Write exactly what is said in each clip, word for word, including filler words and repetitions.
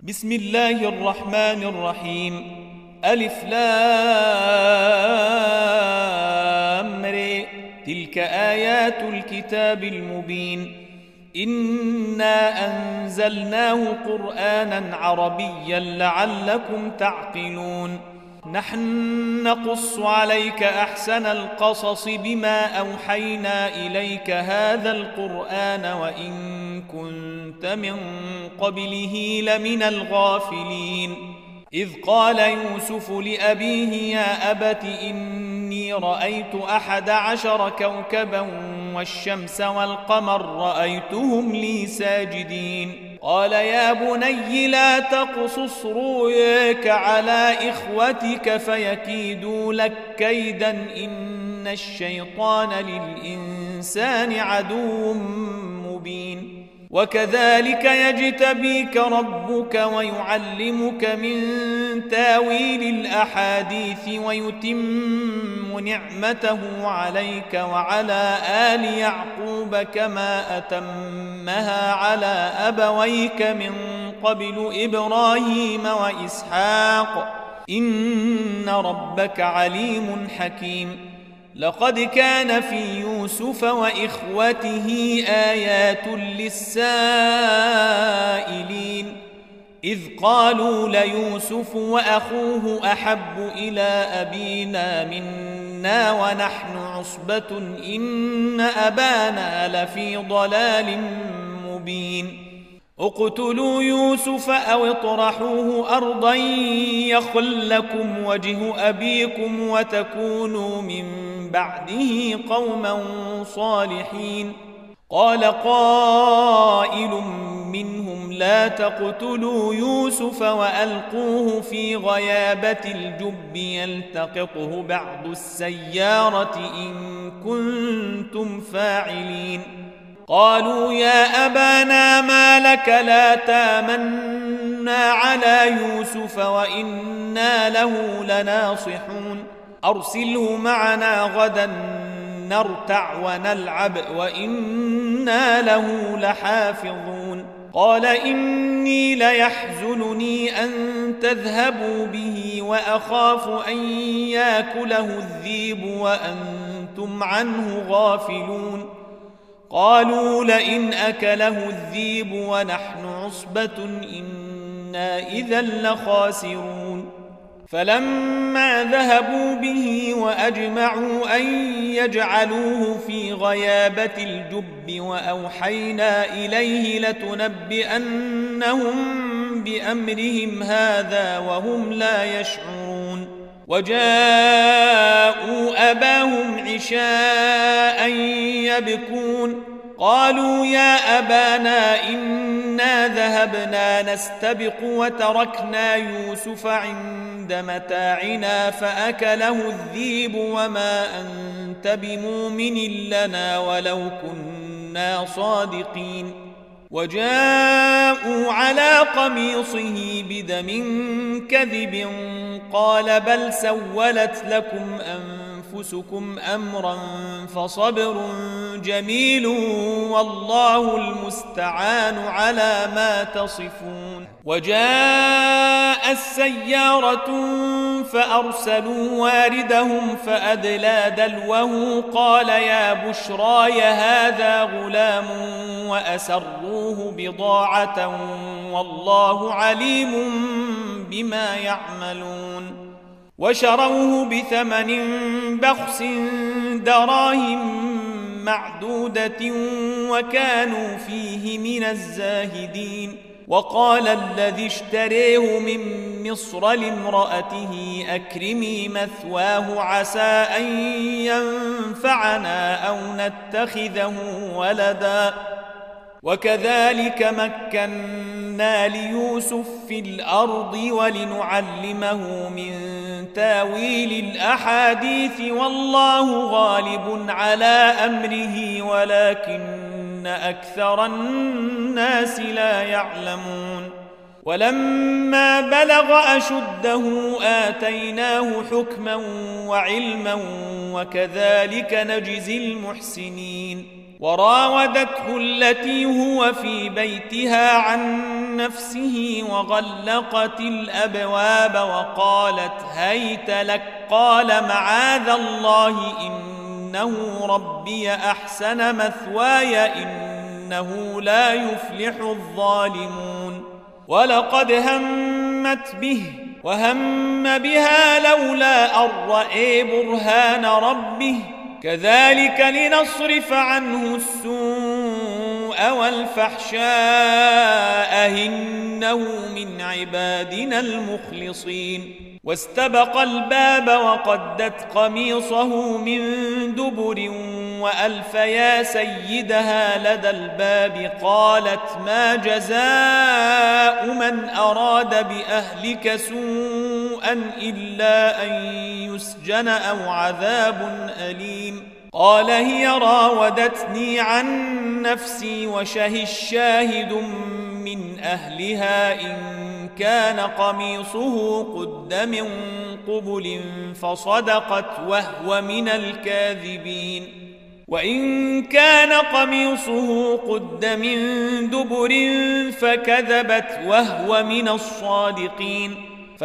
بسم الله الرحمن الرحيم. ألف لام ر. تلك آيات الكتاب المبين. إنا أنزلناه قرآنا عربيا لعلكم تعقلون. نحن نقص عليك أحسن القصص بما أوحينا إليك هذا القرآن وإن كنت من قبله لمن الغافلين. إذ قال يوسف لأبيه يا أبت إني رأيت أحد عشر كوكبا والشمس والقمر رأيتهم لي ساجدين. قال يا بني لا تقصص رؤياك على إخوتك فيكيدوا لك كيدا إن الشيطان للإنسان عدو مبين. وكذلك يجتبيك ربك ويعلمك من تاويل الأحاديث ويتم نعمته عليك وعلى آل يعقوب كما أتمها على أبويك من قبل إبراهيم وإسحاق إن ربك عليم حكيم. لقد كان في يوسف وإخوته آيات للسائلين إذ قالوا ليوسف وأخوه أحب إلى أبينا منا ونحن عصبة إن أبانا لفي ضلال مبين. اقتلوا يوسف أو اطرحوه أرضا يخل لكم وجه أبيكم وتكونوا من بعده قوما صالحين. قال قائل منهم لا تقتلوا يوسف وألقوه في غيابة الجب يلتقطه بعض السيارة إن كنتم فاعلين. قالوا يا أبانا ما لك لا تامنا على يوسف وإنا له لناصحون. أرسله معنا غدا نرتع ونلعب وإنا له لحافظون. قال إني ليحزنني أن تذهبوا به وأخاف أن يأكله الذئب وأنتم عنه غافلون. قالوا لئن أكله الذئب ونحن عصبة إنا إذا لخاسرون. فلما ذهبوا به وأجمعوا أن يجعلوه في غيابة الجب وأوحينا إليه لتنبئنهم بأمرهم هذا وهم لا يشعرون. وجاءوا أباهم عشاء يبكون. قالوا يا أبانا إنا ذهبنا نستبق وتركنا يوسف عند متاعنا فأكله الذئب وما أنت بمؤمن لنا ولو كنا صادقين. وجاءوا على قميصه بدم كذب قال بل سولت لكم أنفسكم أمرا فصبر جميل والله المستعان على ما تصفون. وجاء السيارة فأرسلوا واردهم فأدلى دلوه قال يا بشراي هذا غلام وأسروه بضاعة والله عليم بما يعملون. وشروه بثمن بخس دراهم معدودة وكانوا فيه من الزاهدين. وقال الذي اشتريه من مصر لامرأته أكرمي مثواه عسى أن ينفعنا أو نتخذه ولدا. وكذلك مكنا ليوسف في الأرض ولنعلمه من تاويل الأحاديث والله غالب على أمره ولكن أكثر الناس لا يعلمون. ولما بلغ أشده آتيناه حكما وعلما وكذلك نجزي المحسنين. وراودته التي هو في بيتها عن نفسه وغلقت الأبواب وقالت هيت لك قال معاذ الله إنه ربي أحسن مثواي إنه لا يفلح الظالمون ولقد همت به وهم بها لولا أن رأى برهان ربه كذلك لنصرف عنه السوء والفحشاء إنه من عبادنا المخلصين واستبق الباب وقدت قميصه من دبر وألف يا سيدها لدى الباب قالت ما جزاء من أراد بأهلك سوءا إلا أن يسجن أو عذاب أليم قال هي راودتني عن نفسي وشهد شاهد من أهلها إن كان قميصه قد من قبل فصدقت وهو من الكاذبين وإن كان قميصه قد من دبر فكذبت وهو من الصادقين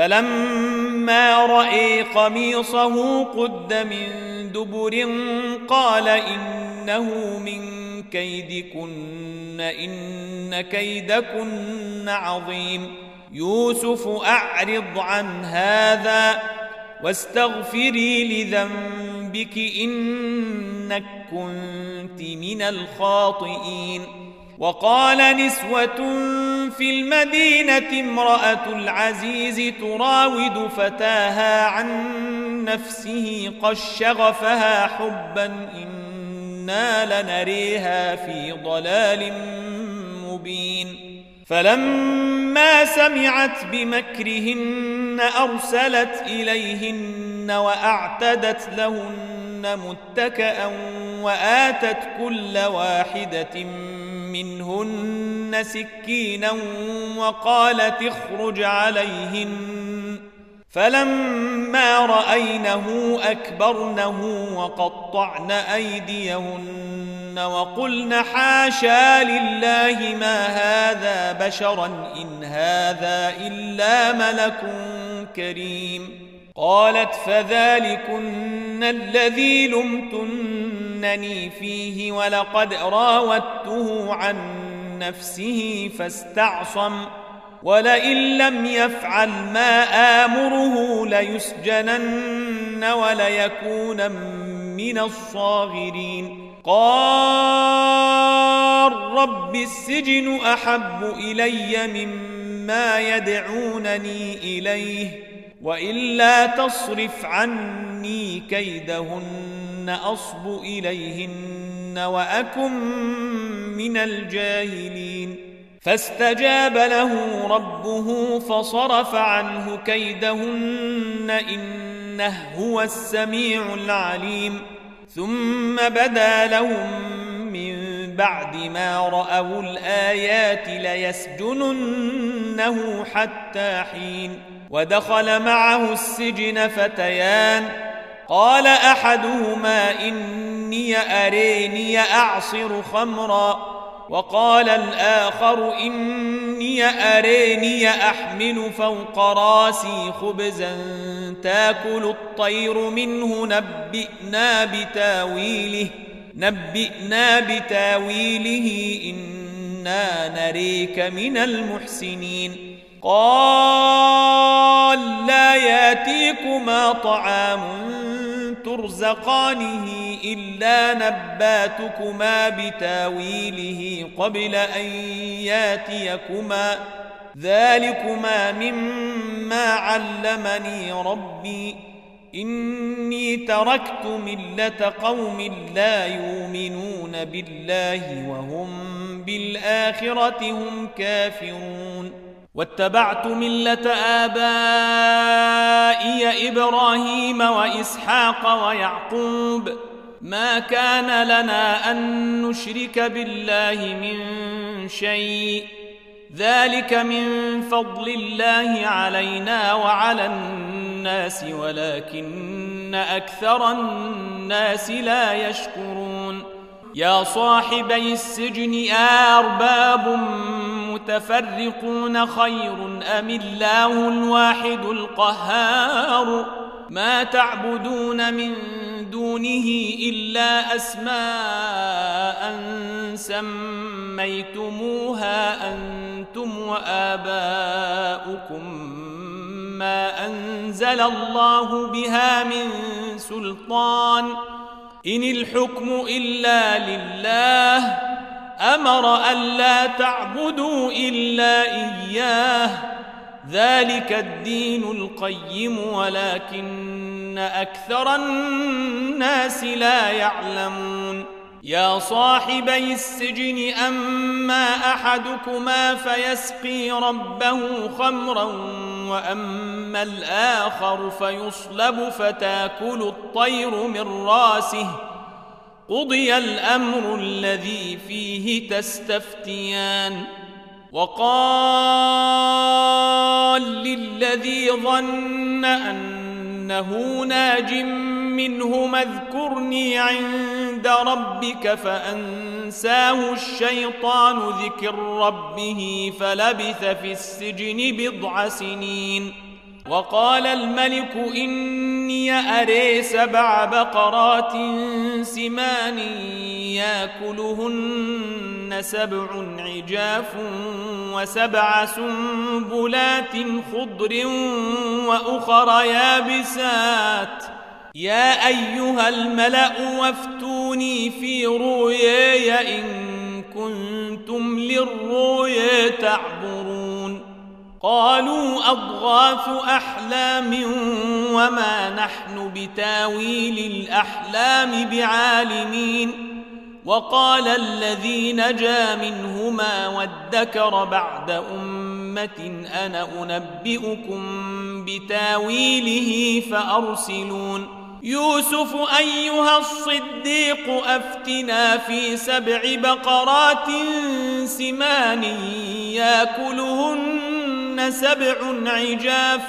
فلما رأى قميصه قد من دبر قال إنه من كيدكن إن كيدكن عظيم يوسف أعرض عن هذا واستغفري لذنبك إنك كنت من الخاطئين وقال نسوة في المدينة امرأة العزيز تراود فتاها عن نفسه قد شغفها حبا إنا لنريها في ضلال مبين فلما سمعت بمكرهن أرسلت إليهن وأعتدت لهن متكأ وآتت كل واحدة منهن سكينا وقالت اخرج عليهن فلما رأينه أكبرنه وقطعن أيديهن وقلن حاشا لله ما هذا بشرا إن هذا إلا ملك كريم قالت فذلكن الذي لمتنني فيه ولقد راودته عن نفسه فاستعصم ولئن لم يفعل ما آمره ليسجنن وليكون من الصاغرين قال رب السجن أحب إلي مما يدعونني إليه وإلا تصرف عني كيدهن أصب إليهن وأكن من الجاهلين فاستجاب له ربه فصرف عنه كيدهن إنه هو السميع العليم ثم بدا لهم من بعد ما رأوا الآيات ليسجننه حتى حين ودخل معه السجن فتيان قال أحدهما إني أريني أعصر خمرا وقال الآخر إني أريني أحمل فوق راسي خبزا تاكل الطير منه نبئنا بتاويله نبئنا بتاويله إنا نريك من المحسنين قال لا ياتيكما طعام ترزقانه إلا نباتكما بتاويله قبل أن ياتيكما ذلكما مما علمني ربي إني تركت ملة قوم لا يؤمنون بالله وهم بالآخرة هم كافرون واتبعت ملة آبائي إبراهيم وإسحاق ويعقوب ما كان لنا أن نشرك بالله من شيء ذلك من فضل الله علينا وعلى الناس ولكن أكثر الناس لا يشكرون يا صاحبي السجن أأرباب متفرقون خير أم الله الواحد القهار ما تعبدون من دونه إلا أسماء سميتموها أنتم وآباؤكم ما أنزل الله بها من سلطان إن الحكم إلا لله أمر ألا تعبدوا إلا إياه ذلك الدين القيم ولكن أكثر الناس لا يعلمون يا صاحبي السجن أما أحدكما فيسقي ربه خمرا وأما الآخر فيصلب فتاكل الطير من راسه قضي الأمر الذي فيه تستفتيان وقال للذي ظن أنه ناج منهما اذكرني عند ربك فأنساه الشيطان ذكر ربه فلبث في السجن بضع سنين وقال الملك إني أري سبع بقرات سمان يأكلهن سبع عجاف وسبع سنبلات خضر وأخر يابسات يا أيها الملأ وافتوني في رؤياي إن كنتم للرؤيا تعبرون قالوا أضغاث أحلام وما نحن بتاويل الأحلام بعالمين وقال الذي نجا منهما وادكر بعد أمة أنا أنبئكم بتاويله فأرسلون يوسف أيها الصديق أفتنا في سبع بقرات سمان يأكلهن سبع عجاف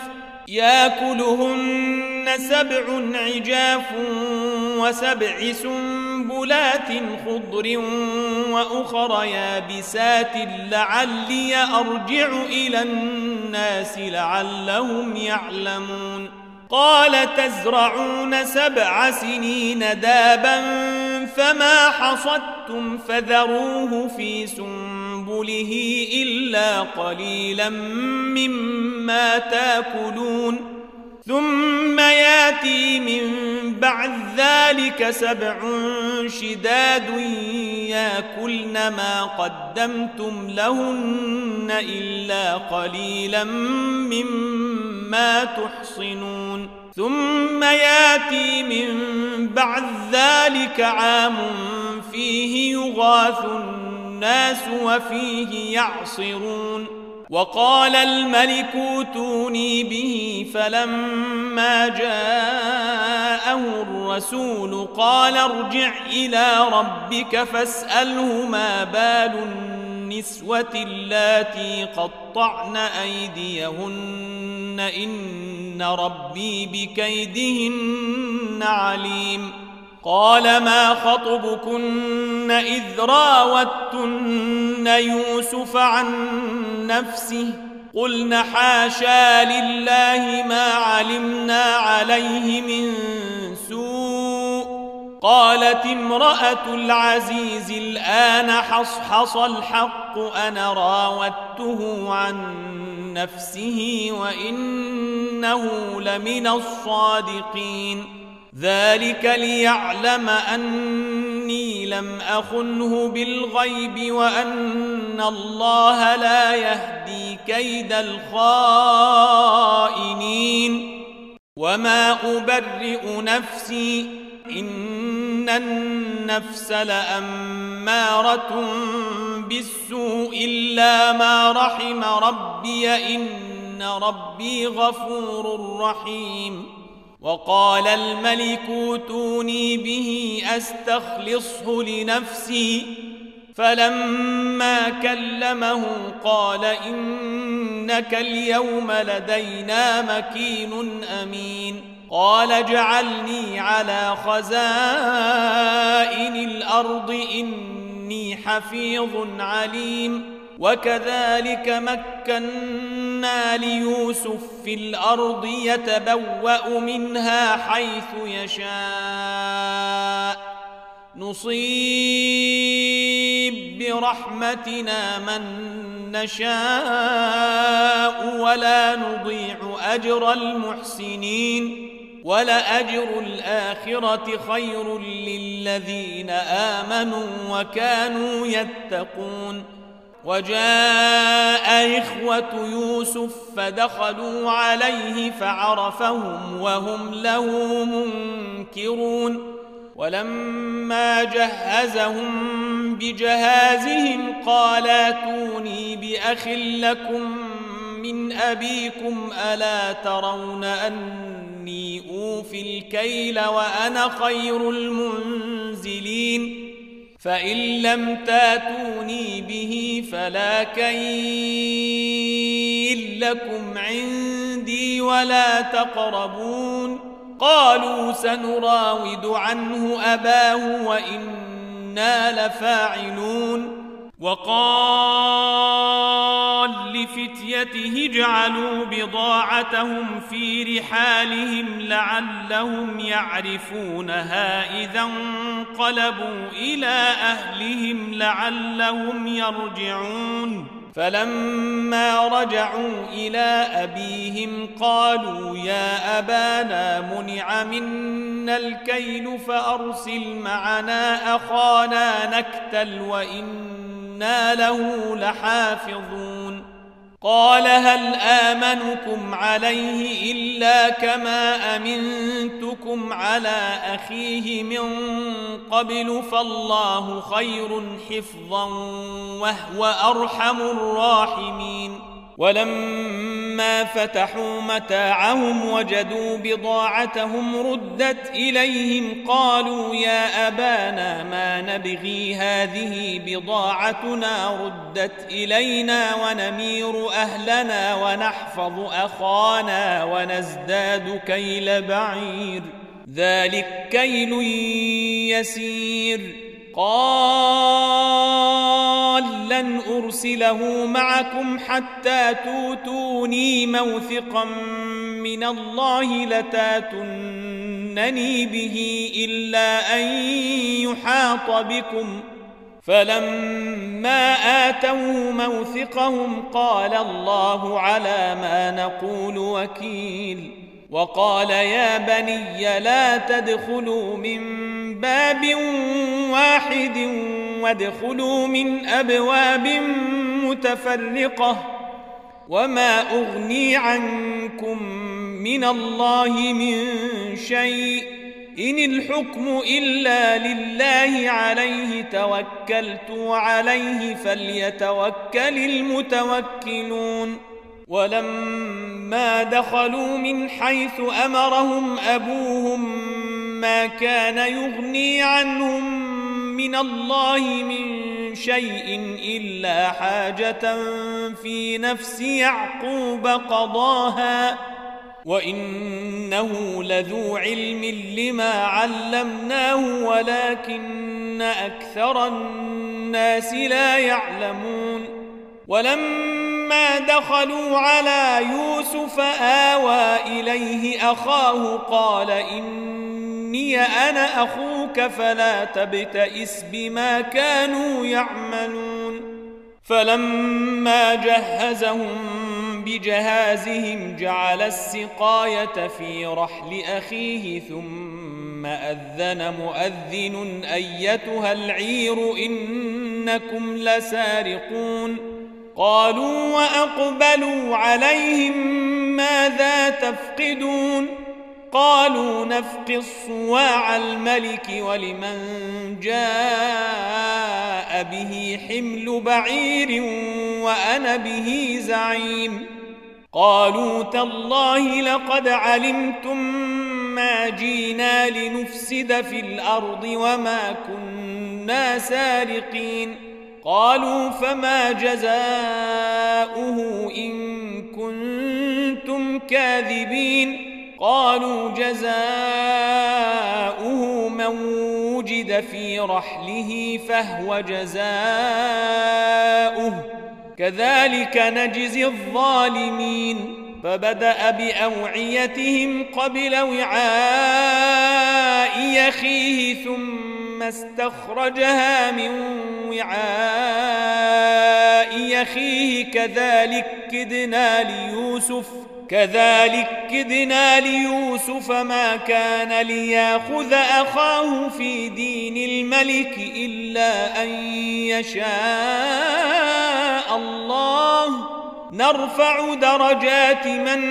يأكلهن سبع عجاف وسبع سنبلات خضر وأخر يابسات لعلي أرجع إلى الناس لعلهم يعلمون قال تزرعون سبع سنين دابا فما حصدتم فذروه في سنبله إلا قليلا مما تاكلون ثم ياتي من بعد ذلك سبع شداد ياكلن ما قدمتم لهن إلا قليلا مما تحصنون ثم ياتي من بعد ذلك عام فيه يغاث الناس وفيه يعصرون وقال الملك ائتوني به فلما جاءه الرسول قال ارجع إلى ربك فاسأله ما بال النسوة اللاتي قطعن أيديهن إن ربي بكيدهن عليم قال ما خطبكن إذ راوتن يوسف عن نفسه قلن حاشا لله ما علمنا عليه من سوء قالت امرأة العزيز الآن حصحص الحق أنا راودته عن نفسه وإنه لمن الصادقين ذلك ليعلم أني لم أخنه بالغيب وأن الله لا يهدي كيد الخائنين وما أبرئ نفسي إن النفس لأمارة بالسوء إلا ما رحم ربي إن ربي غفور رحيم وقال الملك ائتوني به أستخلصه لنفسي فلما كلمه قال إنك اليوم لدينا مكين أمين قال اجعلني على خزائن الأرض إني حفيظ عليم وكذلك مكنا ليوسف في الأرض يتبوأ منها حيث يشاء نصيب برحمتنا من نشاء ولا نضيع أجر المحسنين ولأجر الآخرة خير للذين آمنوا وكانوا يتقون وجاء إخوة يوسف فدخلوا عليه فعرفهم وهم له منكرون ولما جهزهم بجهازهم قال ائتوني بأخ لكم من أبيكم ألا ترون أني أوفي الكيل وأنا خير المنزلين فإن لم تاتوني به فلا كيل لكم عندي ولا تقربون قالوا سنراود عنه أباه وإنا لفاعلون وقال لفتيته اجعلوا بضاعتهم في رحالهم لعلهم يعرفونها إذا انقلبوا إلى أهلهم لعلهم يرجعون فلما رجعوا إلى أبيهم قالوا يا أبانا منع منا الكيل فأرسل معنا أخانا نكتل وإنا له لحافظون قال هل آمنكم عليه إلا كما أمنتكم على أخيه من قبل فالله خير حفظا وهو أرحم الراحمين ولما فتحوا متاعهم وجدوا بضاعتهم ردت إليهم قالوا يا أبانا ما نبغي هذه بضاعتنا ردت إلينا ونمير أهلنا ونحفظ أخانا ونزداد كيل بعير ذلك كيل يسير قال لن أرسله معكم حتى توتوني موثقا من الله لتاتونني به إلا أن يحاط بكم فلما آتوه موثقهم قال الله على ما نقول وكيل وقال يا بني لا تدخلوا من باب واحد وادخلوا من أبواب متفرقة وما أغني عنكم من الله من شيء إن الحكم إلا لله عليه توكلت وعليه فليتوكل المتوكلون ولما دخلوا من حيث أمرهم أبوهم ما كان يغني عنهم من الله من شيء إلا حاجة في نفس يعقوب قضاها وإنه لذو علم لما علمناه ولكن أكثر الناس لا يعلمون ولما دخلوا على يوسف آوى إليه أخاه قال إني أنا أخوك فلا تبتئس بما كانوا يعملون فلما جهزهم بجهازهم جعل السقاية في رحل أخيه ثم أذن مؤذن أيتها العير إنكم لسارقون قالوا وأقبلوا عليهم ماذا تفقدون قالوا نفقد صواع الملك ولمن جاء به حمل بعير وأنا به زعيم قالوا تالله لقد علمتم ما جينا لنفسد في الأرض وما كنا سارقين قالوا فما جزاؤه إن كنتم كاذبين قالوا جزاؤه من وجد في رحله فهو جزاؤه كذلك نجزي الظالمين فبدأ بأوعيتهم قبل وعاء يخيه ثم استخرجها من وعاء يخيه كذلك كدنا ليوسف كذلك كدنا ليوسف ما كان ليأخذ أخاه في دين الملك إلا أن يشاء الله نرفع درجات من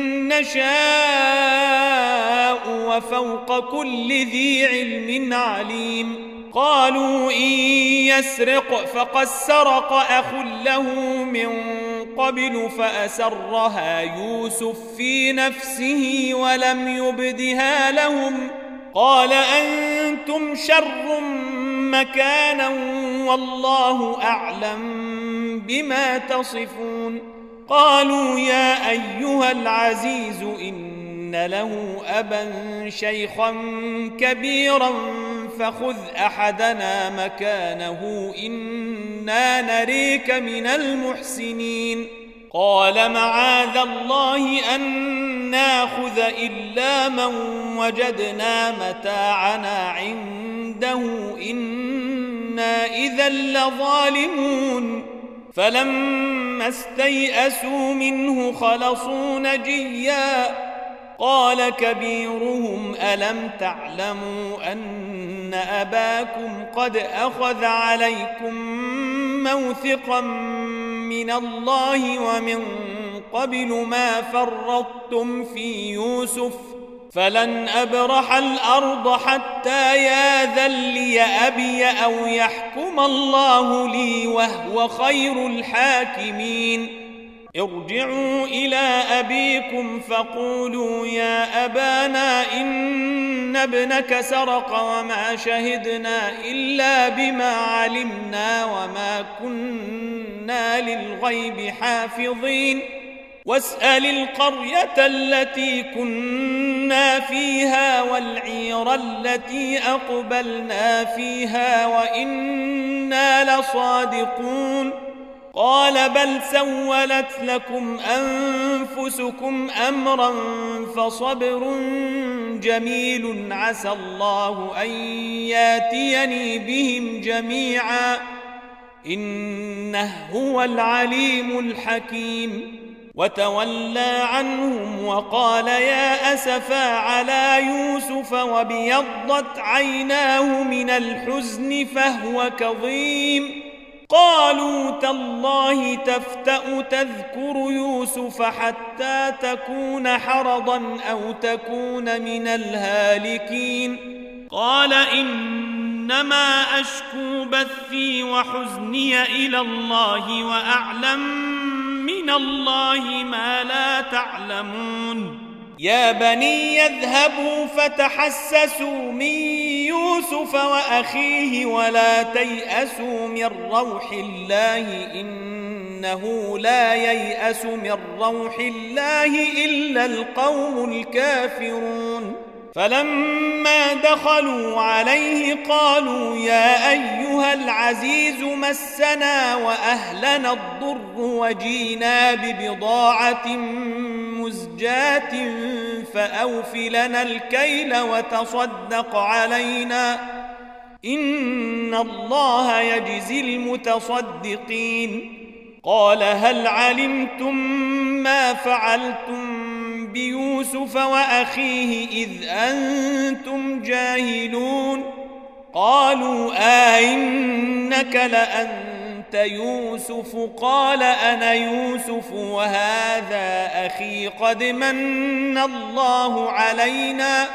نشاء وفوق كل ذي علم عليم قالوا إن يسرق فقد سرق أخ له من قبل فأسرها يوسف في نفسه ولم يبدها لهم قال أنتم شر مكانا والله أعلم بما تصفون قالوا يا أيها العزيز إن له أبا شيخا كبيرا فخذ أحدنا مكانه إنا نريك من المحسنين قال معاذ الله أن ناخذ إلا من وجدنا متاعنا عنده إنا إذا لظالمون فلما استيئسوا منه خلصوا نجيا قال كبيرهم ألم تعلموا أن أباكم قد أخذ عليكم موثقا من الله ومن قبل ما فرطتم في يوسف فلن أبرح الأرض حتى ياذن لي أبي أو يحكم الله لي وهو خير الحاكمين ارجعوا إلى أبيكم فقولوا يا أبانا إن ابنك سرق وما شهدنا إلا بما علمنا وما كنا للغيب حافظين واسأل القرية التي كنا فيها والعير التي أقبلنا فيها وإنا لصادقون قال بل سولت لكم أنفسكم أمرا فصبر جميل عسى الله أن ياتيني بهم جميعا إنه هو العليم الحكيم وتولى عنهم وقال يا أسفا على يوسف وابيضت عيناه من الحزن فهو كظيم قالوا تالله تفتأ تذكر يوسف حتى تكون حرضا أو تكون من الهالكين قال إنما أشكو بثي وحزني إلى الله وأعلم من الله ما لا تعلمون يا بني يذهبوا فتحسسوا من يوسف وأخيه ولا تيأسوا من روح الله إنه لا ييأس من روح الله إلا القوم الكافرون فلما دخلوا عليه قالوا يا أيها العزيز مسنا وأهلنا الضر وجينا ببضاعة مزجاة فأوف لنا الكيل وتصدق علينا إن الله يجزي المتصدقين قال هل علمتم ما فعلتم بيوسف وأخيه إذ أنتم جاهلون قالوا آئنك لأنت يوسف قال أنا يوسف وهذا أخي قد من الله علينا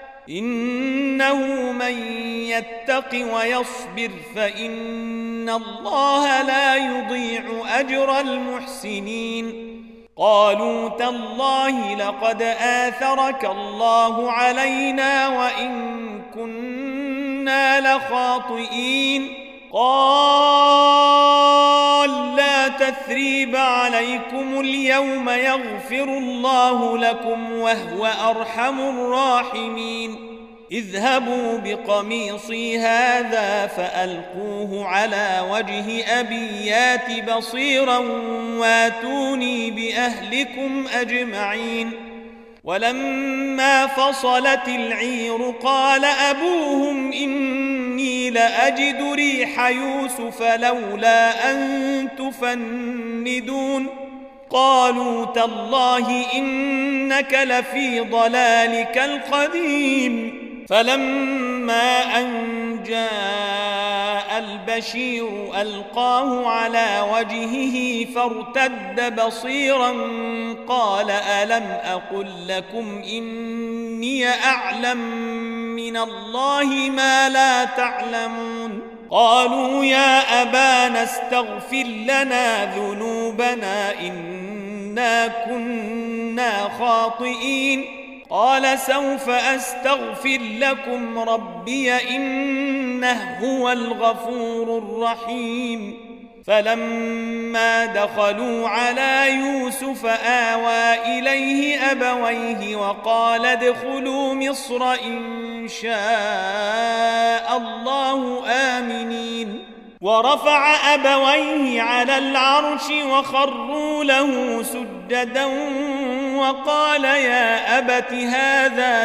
إنه من يتق ويصبر فإن الله لا يضيع أجر المحسنين قالوا تالله لقد آثرك الله علينا وإن كنا لخاطئين قال لا تثريب عليكم اليوم يغفر الله لكم وهو أرحم الراحمين اذهبوا بقميصي هذا فألقوه على وجه أبي يات بصيرا واتوني بأهلكم أجمعين ولما فصلت العير قال أبوهم إني لأجد ريح يوسف لولا أن تفندون قالوا تالله إنك لفي ضلالك القديم فلما أن جاء البشير ألقاه على وجهه فارتد بصيرا قال ألم أقل لكم إني أعلم من الله ما لا تعلمون قالوا يا أبانا استغفر لنا ذنوبنا إنا كنا خاطئين قال سوف أستغفر لكم ربي إنه هو الغفور الرحيم فلما دخلوا على يوسف آوى إليه أبويه وقال ادخلوا مصر إن شاء الله آمنين ورفع أبويه على العرش وخروا له سجدا وقال يا أبت هذا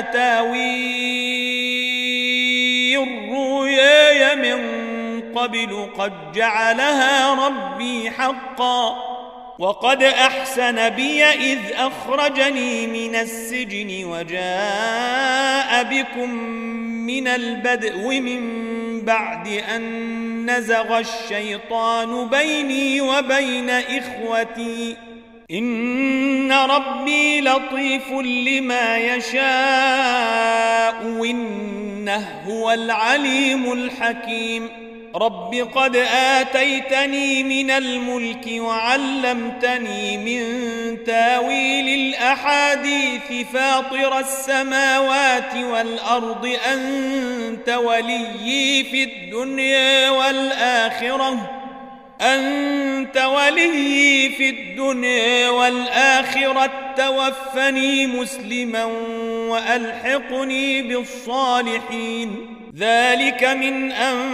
تاويل رؤياي من قبل قد جعلها ربي حقا وقد أحسن بي إذ أخرجني من السجن وجاء بكم من البدء من بعد أن نزغ الشيطان بيني وبين إخوتي إن ربي لطيف لما يشاء إنه هو العليم الحكيم رب قد آتيتني من الملك وعلمتني من تاويل الأحاديث فاطر السماوات والأرض أنت وليي في الدنيا والآخرة أنت وليي في الدنيا والآخرة توفني مسلما وألحقني بالصالحين ذلك من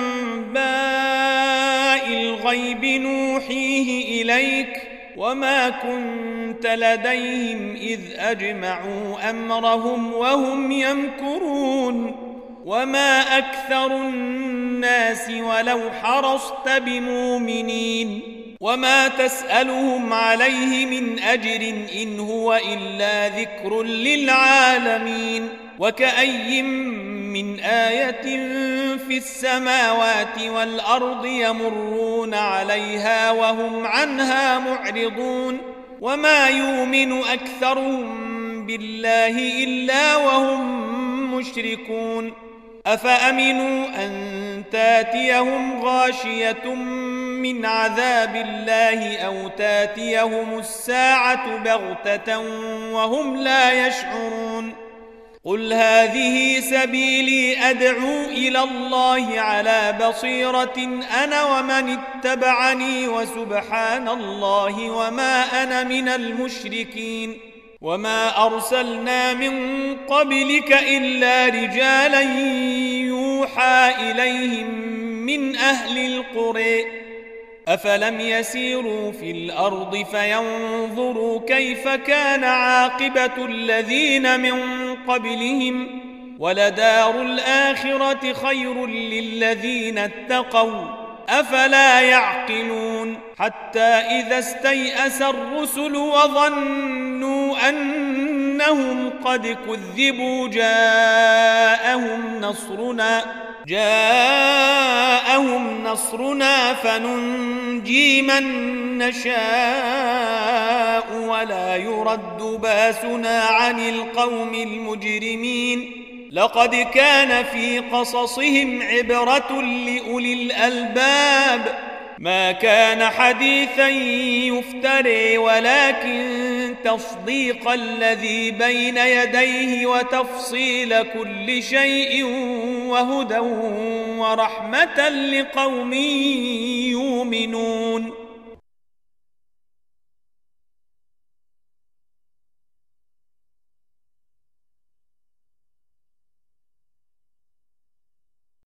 أنباء الغيب نوحيه إليك وما كنت لديهم إذ أجمعوا أمرهم وهم يمكرون وما أكثر الناس ولو حرصت بمؤمنين وما تسألهم عليه من أجر إن هو إلا ذكر للعالمين وكأي من آية في السماوات والأرض يمرون عليها وهم عنها معرضون وما يؤمن أكثرهم بالله إلا وهم مشركون أفأمنوا أن تاتيهم غاشية من عذاب الله أو تاتيهم الساعة بغتة وهم لا يشعرون قل هذه سبيلي أدعو إلى الله على بصيرة أنا ومن اتبعني وسبحان الله وما أنا من المشركين وما أرسلنا من قبلك إلا رجالا يوحى إليهم من أهل القرى أفلم يسيروا في الأرض فينظروا كيف كان عاقبة الذين من قبلهم ولدار الآخرة خير للذين اتقوا أفلا يعقلون حتى إذا استيأس الرسل وظنوا أنهم قد كذبوا جاءهم نصرنا جاءهم نصرنا فننجي من نشاء ولا يرد باسنا عن القوم المجرمين لقد كان في قصصهم عبرة لأولي الألباب ما كان حديثا يفتري ولكن تصديق الذي بين يديه وتفصيل كل شيء وهدى ورحمة لقوم يؤمنون